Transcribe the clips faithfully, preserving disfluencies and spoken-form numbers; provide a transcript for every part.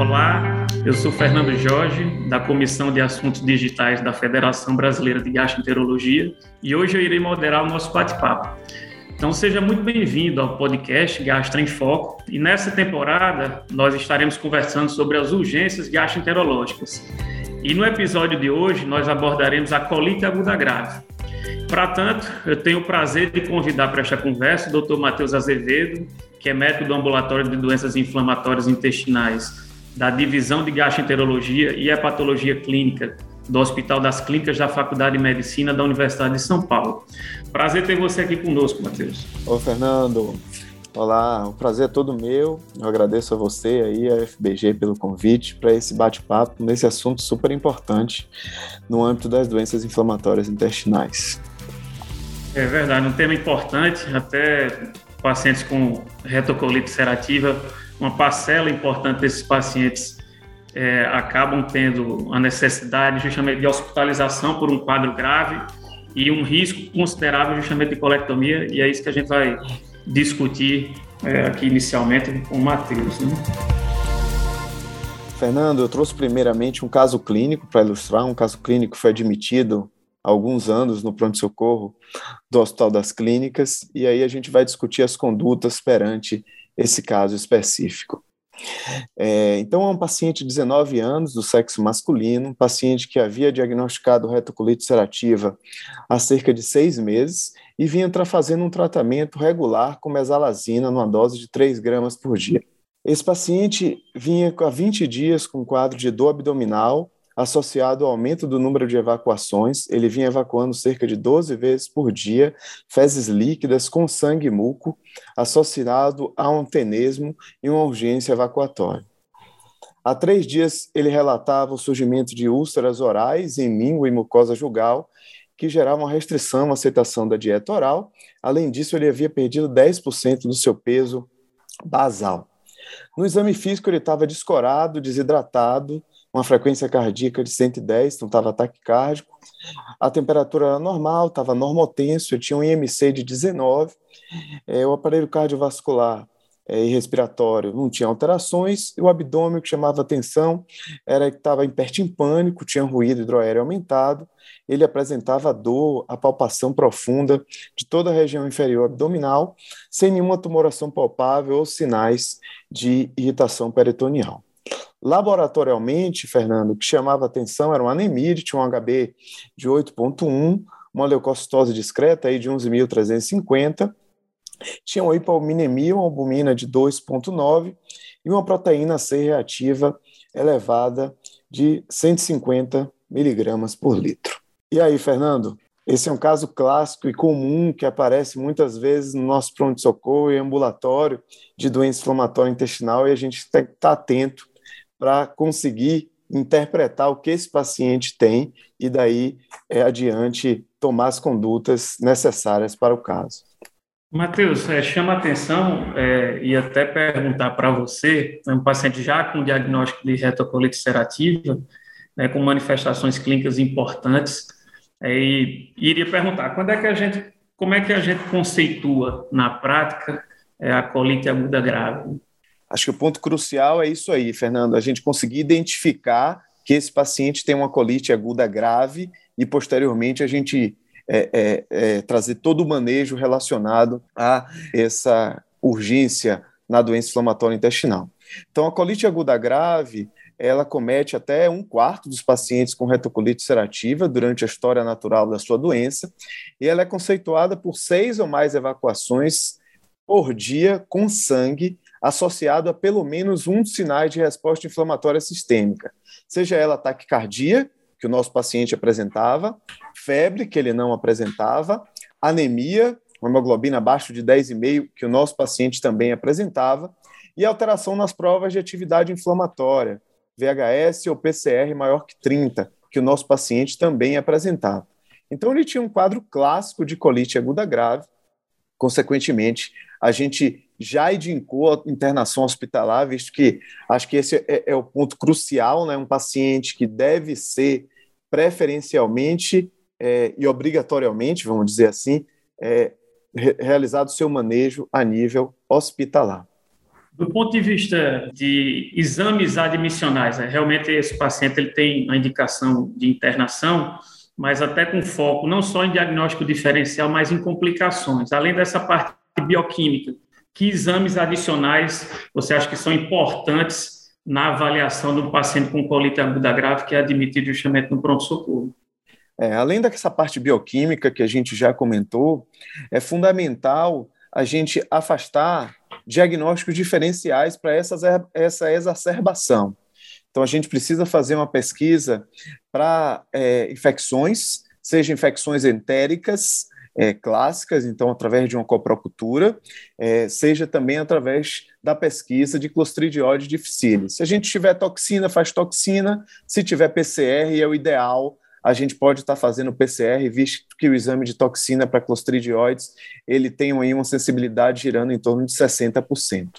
Olá, eu sou Fernando Jorge, da Comissão de Assuntos Digitais da Federação Brasileira de Gastroenterologia, e hoje eu irei moderar o nosso bate-papo. Então seja muito bem-vindo ao podcast Gastro em Foco, e nessa temporada nós estaremos conversando sobre as urgências gastroenterológicas. E no episódio de hoje nós abordaremos a colite aguda grave. Para tanto, eu tenho o prazer de convidar para esta conversa o doutor Matheus Azevedo, que é médico do Ambulatório de Doenças Inflamatórias Intestinais da Divisão de Gastroenterologia e Hepatologia Clínica do Hospital das Clínicas da Faculdade de Medicina da Universidade de São Paulo. Prazer ter você aqui conosco, Matheus. Ô, Fernando. Olá, o prazer é todo meu. Eu agradeço a você aí, a F B G, pelo convite para esse bate-papo nesse assunto super importante no âmbito das doenças inflamatórias intestinais. É verdade, um tema importante, até pacientes com retocolite ulcerativa, uma parcela importante desses pacientes é, acabam tendo a necessidade justamente de hospitalização por um quadro grave e um risco considerável justamente de colectomia, e é isso que a gente vai discutir é, aqui inicialmente com o Matheus, né? Fernando, eu trouxe primeiramente um caso clínico para ilustrar, um caso clínico que foi admitido há alguns anos no pronto-socorro do Hospital das Clínicas, e aí a gente vai discutir as condutas perante esse caso específico. É, então, é um paciente de dezenove anos, do sexo masculino, um paciente que havia diagnosticado retocolite ulcerativa há cerca de seis meses e vinha fazendo um tratamento regular com mesalazina numa dose de três gramas por dia. Esse paciente vinha há vinte dias com um quadro de dor abdominal associado ao aumento do número de evacuações. Ele vinha evacuando cerca de doze vezes por dia, fezes líquidas com sangue e muco, associado a um tenesmo e uma urgência evacuatória. Há três dias, ele relatava o surgimento de úlceras orais em língua e mucosa jugal, que geravam restrição à aceitação da dieta oral. Além disso, ele havia perdido dez por cento do seu peso basal. No exame físico, ele estava descorado, desidratado, uma frequência cardíaca de cento e dez, então estava taquicárdico, a temperatura era normal, estava normotenso, ele tinha um I M C de dezenove, é, o aparelho cardiovascular é, e respiratório não tinha alterações, e o abdômen, que chamava atenção, era que estava perto em pânico, tinha ruído hidroaéreo aumentado, ele apresentava dor, a palpação profunda de toda a região inferior abdominal, sem nenhuma tumoração palpável ou sinais de irritação peritoneal. Laboratorialmente, Fernando, o que chamava atenção era uma anemia, ele tinha um H B de oito ponto um, uma leucocitose discreta aí de onze mil trezentos e cinquenta, tinha uma hipominemia, uma albumina de dois ponto nove e uma proteína C reativa elevada de cento e cinquenta miligramas por litro. E aí, Fernando? Esse é um caso clássico e comum que aparece muitas vezes no nosso pronto-socorro e ambulatório de doença inflamatória intestinal, e a gente tem que estar atento para conseguir interpretar o que esse paciente tem e daí é, adiante tomar as condutas necessárias para o caso. Matheus, é, chama a atenção é, e até perguntar para você, é um paciente já com diagnóstico de retocolite ulcerativa, né, com manifestações clínicas importantes, é, e iria perguntar, quando é que a gente, como é que a gente conceitua na prática é, a colite aguda grave? Acho que o ponto crucial é isso aí, Fernando, a gente conseguir identificar que esse paciente tem uma colite aguda grave e, posteriormente, a gente é, é, é, trazer todo o manejo relacionado a essa urgência na doença inflamatória intestinal. Então, a colite aguda grave, ela comete até um quarto dos pacientes com retocolite ulcerativa durante a história natural da sua doença, e ela é conceituada por seis ou mais evacuações por dia com sangue, associado a pelo menos um dos sinais de resposta inflamatória sistêmica, seja ela taquicardia, que o nosso paciente apresentava, febre, que ele não apresentava, anemia, uma hemoglobina abaixo de dez vírgula cinco, que o nosso paciente também apresentava, e alteração nas provas de atividade inflamatória, V H S ou P C R maior que trinta, que o nosso paciente também apresentava. Então, ele tinha um quadro clássico de colite aguda grave. Consequentemente, a gente já indicou a internação hospitalar, visto que acho que esse é, é o ponto crucial, né? Um paciente que deve ser preferencialmente é, e obrigatoriamente, vamos dizer assim, é, re- realizado o seu manejo a nível hospitalar. Do ponto de vista de exames admissionais, né, realmente esse paciente ele tem a indicação de internação, mas até com foco não só em diagnóstico diferencial, mas em complicações. Além dessa parte bioquímica, que exames adicionais você acha que são importantes na avaliação do paciente com colite aguda grave que é admitido justamente no pronto-socorro? É, além dessa parte bioquímica que a gente já comentou, é fundamental a gente afastar diagnósticos diferenciais para essa, essa exacerbação. Então, a gente precisa fazer uma pesquisa para é, infecções, seja infecções entéricas, é, clássicas, então, através de uma coprocultura, é, seja também através da pesquisa de Clostridiode difficile. Se a gente tiver toxina, faz toxina, se tiver P C R, é o ideal. A gente pode estar fazendo P C R, visto que o exame de toxina para clostridioides, ele tem aí uma sensibilidade girando em torno de sessenta por cento.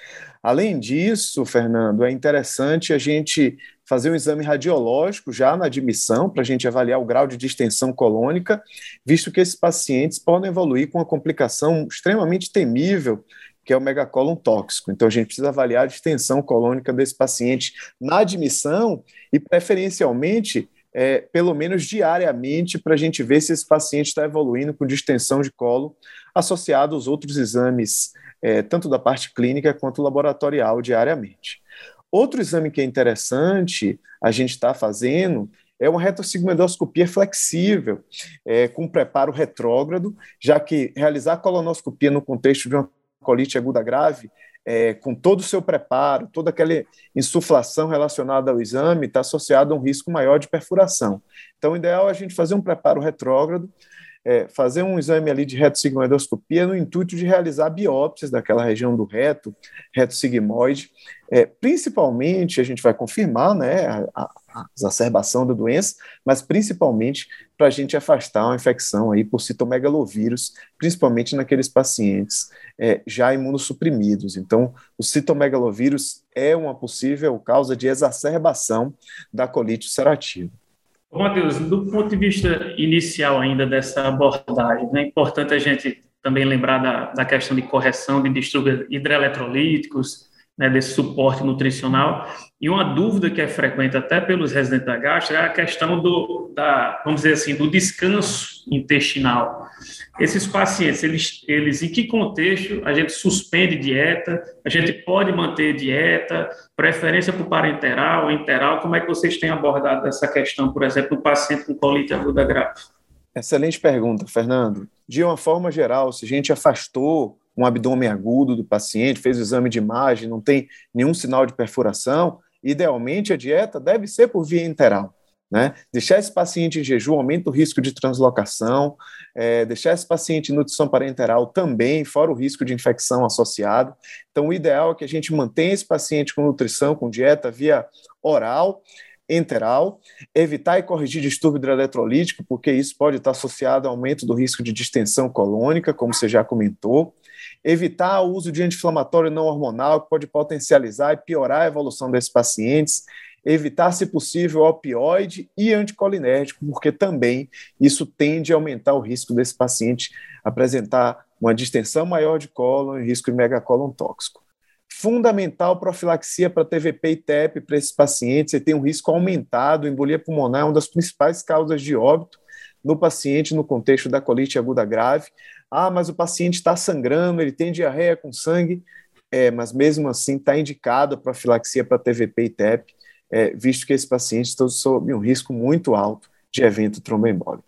Além disso, Fernando, é interessante a gente fazer um exame radiológico já na admissão, para a gente avaliar o grau de distensão colônica, visto que esses pacientes podem evoluir com uma complicação extremamente temível, que é o megacólon tóxico. Então, a gente precisa avaliar a distensão colônica desse paciente na admissão e, preferencialmente, É, pelo menos diariamente, para a gente ver se esse paciente está evoluindo com distensão de colo, associado aos outros exames, é, tanto da parte clínica quanto laboratorial, diariamente. Outro exame que é interessante a gente está fazendo é uma retossigmoidoscopia flexível, é, com preparo retrógrado, já que realizar a colonoscopia no contexto de uma colite aguda grave, É, com todo o seu preparo, toda aquela insuflação relacionada ao exame, está associado a um risco maior de perfuração. Então, o ideal é a gente fazer um preparo retrógrado, é, fazer um exame ali de retossigmoidoscopia no intuito de realizar biópsias daquela região do reto, reto sigmoide. É, principalmente, a gente vai confirmar, né, a, a, a exacerbação da doença, mas principalmente para a gente afastar uma infecção aí por citomegalovírus, principalmente naqueles pacientes é, já imunossuprimidos. Então, o citomegalovírus é uma possível causa de exacerbação da colite ulcerativa. Matheus, do ponto de vista inicial ainda dessa abordagem, é importante a gente também lembrar da, da questão de correção de distúrbios hidroeletrolíticos, né, desse suporte nutricional. E uma dúvida que é frequente até pelos residentes da gastro é a questão do, da, vamos dizer assim, do descanso intestinal. Esses pacientes, eles, eles em que contexto a gente suspende dieta, a gente pode manter dieta, preferência para o parenteral, enteral, como é que vocês têm abordado essa questão, por exemplo, do paciente com colite aguda grave? Excelente pergunta, Fernando. De uma forma geral, se a gente afastou um abdômen agudo do paciente, fez o exame de imagem, não tem nenhum sinal de perfuração, idealmente a dieta deve ser por via enteral. Né? Deixar esse paciente em jejum aumenta o risco de translocação, é, deixar esse paciente em nutrição parenteral também, fora o risco de infecção associado. Então, o ideal é que a gente mantenha esse paciente com nutrição, com dieta via oral, enteral, evitar e corrigir distúrbio hidroeletrolítico, porque isso pode estar associado ao aumento do risco de distensão colônica, como você já comentou. Evitar o uso de anti-inflamatório não hormonal, que pode potencializar e piorar a evolução desses pacientes. Evitar, se possível, opioide e anticolinérgico, porque também isso tende a aumentar o risco desse paciente apresentar uma distensão maior de cólon e risco de megacólon tóxico. Fundamental profilaxia para T V P e T E P para esses pacientes, você tem um risco aumentado, embolia pulmonar é uma das principais causas de óbito no paciente no contexto da colite aguda grave. Ah, mas o paciente está sangrando, ele tem diarreia com sangue, é, mas mesmo assim está indicado a profilaxia para T V P e T E P, é, visto que esses pacientes estão sob um risco muito alto de evento tromboembólico.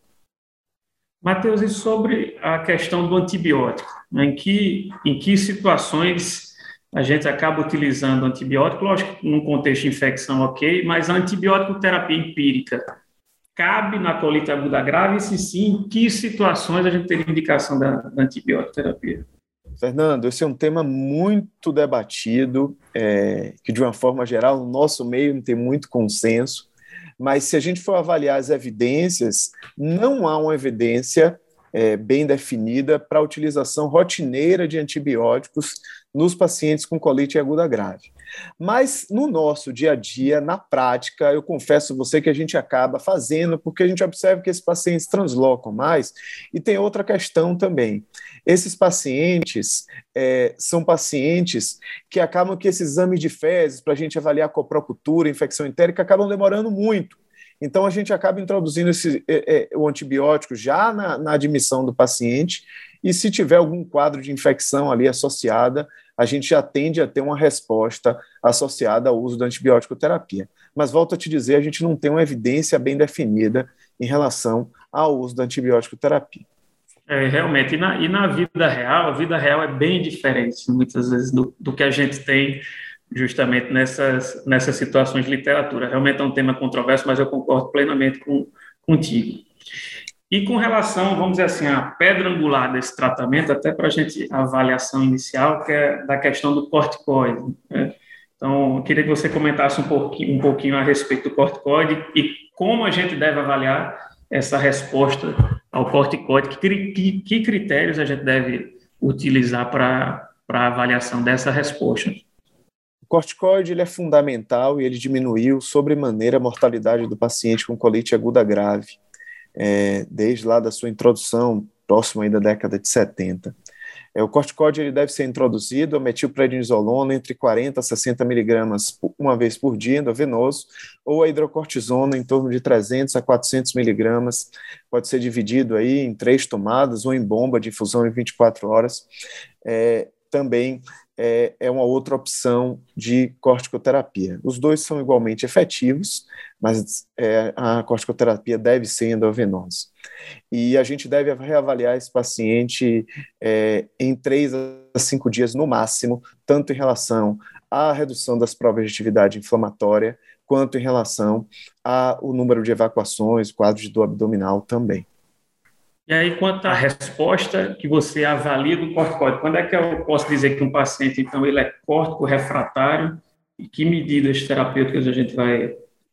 Matheus, e sobre a questão do antibiótico? Em que, em que situações a gente acaba utilizando antibiótico? Lógico, num contexto de infecção, ok, mas a antibiótico terapia empírica cabe na colite aguda grave? E se sim, em que situações a gente teria indicação da, da antibiótico terapia? Fernando, esse é um tema muito debatido, é, que de uma forma geral no nosso meio não tem muito consenso, mas se a gente for avaliar as evidências, não há uma evidência é, bem definida para a utilização rotineira de antibióticos nos pacientes com colite aguda grave. Mas no nosso dia a dia, na prática, eu confesso a você que a gente acaba fazendo, porque a gente observa que esses pacientes translocam mais, e tem outra questão também. Esses pacientes é, são pacientes que acabam que esses exames de fezes, para a gente avaliar coprocultura, infecção entérica, acabam demorando muito. Então, a gente acaba introduzindo esse, é, é, o antibiótico já na, na admissão do paciente, e se tiver algum quadro de infecção ali associada, a gente já tende a ter uma resposta associada ao uso da antibiótico terapia. Mas, volto a te dizer, a gente não tem uma evidência bem definida em relação ao uso da antibiótico terapia. É, realmente, e na, e na vida real, a vida real é bem diferente, muitas vezes, do, do que a gente tem justamente nessas, nessas situações de literatura. Realmente é um tema controverso, mas eu concordo plenamente com, contigo. E com relação, vamos dizer assim, à pedra angular desse tratamento, até para a gente, a avaliação inicial, que é da questão do corticoide, né? Então, eu queria que você comentasse um pouquinho, um pouquinho a respeito do corticoide e como a gente deve avaliar essa resposta ao corticoide, que, que, que critérios a gente deve utilizar para a avaliação dessa resposta. O corticoide ele é fundamental e ele diminuiu sobremaneira a mortalidade do paciente com colite aguda grave, é, desde lá da sua introdução, próximo aí da década de setenta. É, o corticoide ele deve ser introduzido, a metilprednisolona, entre quarenta a sessenta miligramas uma vez por dia, endovenoso, ou a hidrocortisona em torno de trezentos a quatrocentos miligramas, pode ser dividido aí em três tomadas ou em bomba de infusão em vinte e quatro horas. É, também é, é uma outra opção de corticoterapia. Os dois são igualmente efetivos, mas é, a corticoterapia deve ser endovenosa. E a gente deve reavaliar esse paciente é, em três a cinco dias no máximo, tanto em relação à redução das provas de atividade inflamatória, quanto em relação ao número de evacuações, quadro de dor abdominal também. E aí, quanto à resposta que você avalia do corticoide, quando é que eu posso dizer que um paciente, então, ele é córtico refratário e que medidas terapêuticas a gente vai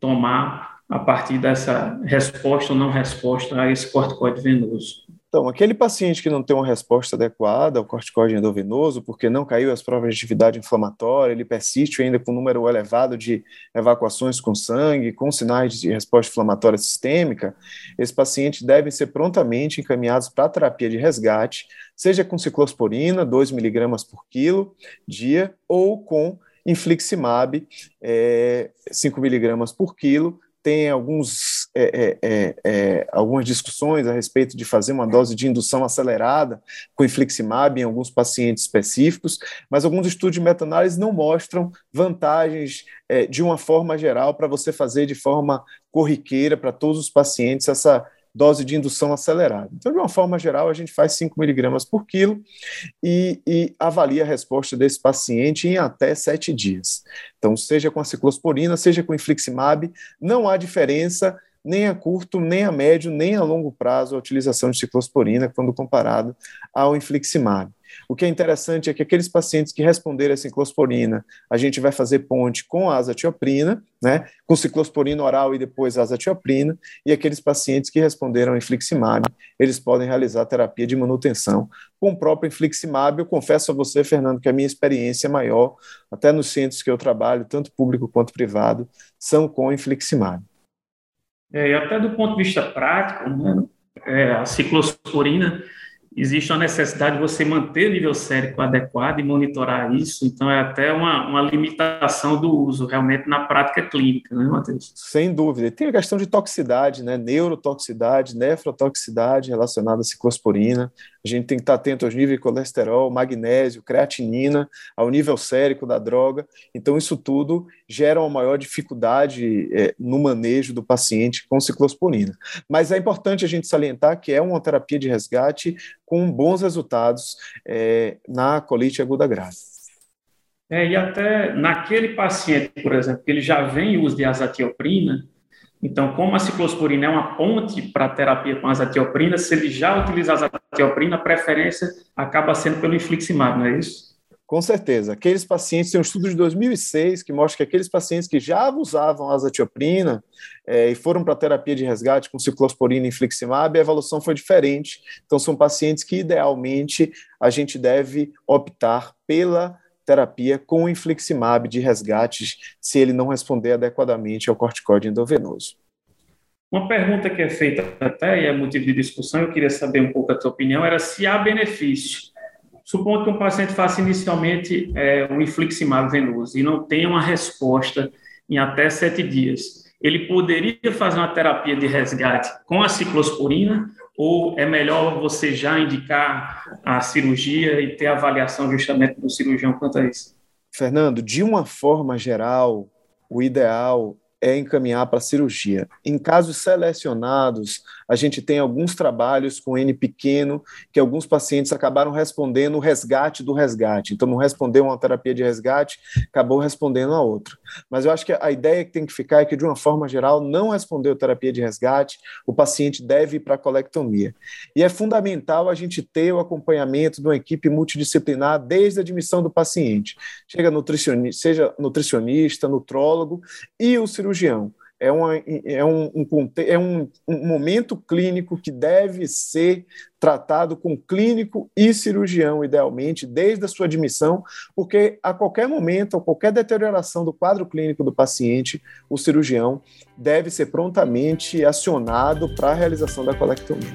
tomar a partir dessa resposta ou não resposta a esse corticoide venoso? Então, aquele paciente que não tem uma resposta adequada ao corticoide endovenoso, porque não caiu as provas de atividade inflamatória, ele persiste ainda com um número elevado de evacuações com sangue, com sinais de resposta inflamatória sistêmica, esse paciente deve ser prontamente encaminhados para a terapia de resgate, seja com ciclosporina, dois miligramas por quilo dia, ou com infliximab, é, cinco miligramas por quilo. Tem alguns, é, é, é, algumas discussões a respeito de fazer uma dose de indução acelerada com infliximab em alguns pacientes específicos, mas alguns estudos de meta-análise não mostram vantagens é, de uma forma geral para você fazer de forma corriqueira para todos os pacientes essa dose de indução acelerada. Então, de uma forma geral, a gente faz cinco miligramas por quilo e, e avalia a resposta desse paciente em até sete dias. Então, seja com a ciclosporina, seja com infliximab, não há diferença nem a curto, nem a médio, nem a longo prazo a utilização de ciclosporina quando comparado ao infliximab. O que é interessante é que aqueles pacientes que responderem a ciclosporina, a gente vai fazer ponte com a azatioprina, né, com ciclosporina oral e depois a azatioprina, e aqueles pacientes que responderam a infliximab, eles podem realizar a terapia de manutenção com o próprio infliximab. Eu confesso a você, Fernando, que a minha experiência maior, até nos centros que eu trabalho, tanto público quanto privado, são com infliximab. É, e até do ponto de vista prático, né, é, a ciclosporina, existe uma necessidade de você manter o nível sérico adequado e monitorar isso, então é até uma, uma limitação do uso realmente na prática clínica, né, Matheus? Sem dúvida. E tem a questão de toxicidade, né, neurotoxicidade, nefrotoxicidade relacionada à ciclosporina. A gente tem que estar atento aos níveis de colesterol, magnésio, creatinina, ao nível sérico da droga. Então, isso tudo gera uma maior dificuldade é, no manejo do paciente com ciclosporina. Mas é importante a gente salientar que é uma terapia de resgate com bons resultados é, na colite aguda grave. É, e até naquele paciente, por exemplo, que ele já vem em uso de azatioprina, então, como a ciclosporina é uma ponte para a terapia com azatioprina, se ele já utiliza a azatioprina, a preferência acaba sendo pelo infliximab, não é isso? Com certeza. Aqueles pacientes, tem um estudo de dois mil e seis que mostra que aqueles pacientes que já usavam azatioprina é, e foram para a terapia de resgate com ciclosporina e infliximab, a evolução foi diferente. Então, são pacientes que, idealmente, a gente deve optar pela terapia com infliximab de resgate se ele não responder adequadamente ao corticoide endovenoso. Uma pergunta que é feita até, e é motivo de discussão, eu queria saber um pouco a tua opinião, era se há benefício. Supondo que um paciente faça inicialmente é, um infliximab venoso e não tenha uma resposta em até sete dias, ele poderia fazer uma terapia de resgate com a ciclosporina ou é melhor você já indicar a cirurgia e ter a avaliação justamente do cirurgião quanto a isso? Fernando, de uma forma geral, o ideal é encaminhar para a cirurgia. Em casos selecionados, a gente tem alguns trabalhos com N pequeno, que alguns pacientes acabaram respondendo o resgate do resgate. Então, não respondeu uma terapia de resgate, acabou respondendo a outra. Mas eu acho que a ideia que tem que ficar é que, de uma forma geral, não respondeu terapia de resgate, o paciente deve ir para a colectomia. E é fundamental a gente ter o acompanhamento de uma equipe multidisciplinar desde a admissão do paciente. Chega nutricionista, seja nutricionista, nutrólogo e o cirurgião. É, uma, é, um, um, é um, um momento clínico que deve ser tratado com clínico e cirurgião, idealmente, desde a sua admissão, porque a qualquer momento, a qualquer deterioração do quadro clínico do paciente, o cirurgião deve ser prontamente acionado para a realização da colectomia.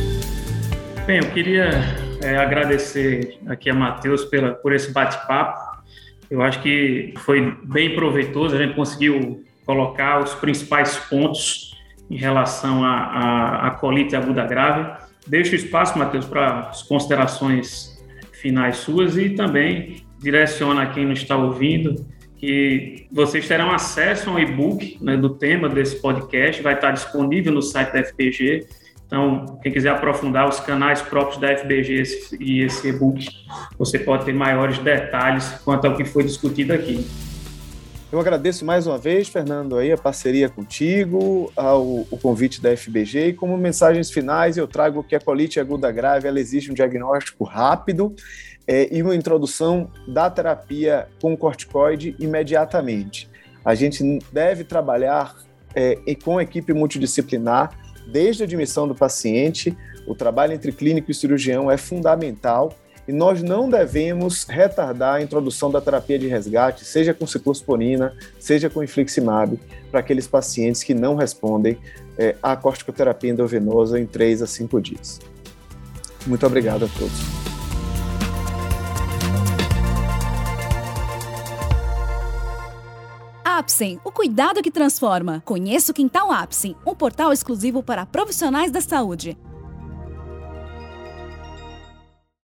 Bem, eu queria é, agradecer aqui a Matheus pela, por esse bate-papo. Eu acho que foi bem proveitoso, a gente conseguiu colocar os principais pontos em relação à colite aguda grave. Deixo espaço, Matheus, para as considerações finais suas e também direciona a quem nos está ouvindo que vocês terão acesso ao e-book, né, do tema desse podcast, vai estar disponível no site da F B G. Então, quem quiser aprofundar os canais próprios da F B G e esse e-book, você pode ter maiores detalhes quanto ao que foi discutido aqui. Eu agradeço mais uma vez, Fernando, aí, a parceria contigo, ao, o convite da F B G, e como mensagens finais eu trago que a colite aguda grave ela exige um diagnóstico rápido é, e uma introdução da terapia com corticoide imediatamente. A gente deve trabalhar é, com a equipe multidisciplinar desde a admissão do paciente. O trabalho entre clínico e cirurgião é fundamental. E nós não devemos retardar a introdução da terapia de resgate, seja com ciclosporina, seja com infliximab, para aqueles pacientes que não respondem é, à corticoterapia endovenosa em três a cinco dias. Muito obrigado a todos. Apsen, o cuidado que transforma. Conheça o Quintal Apsen, um portal exclusivo para profissionais da saúde.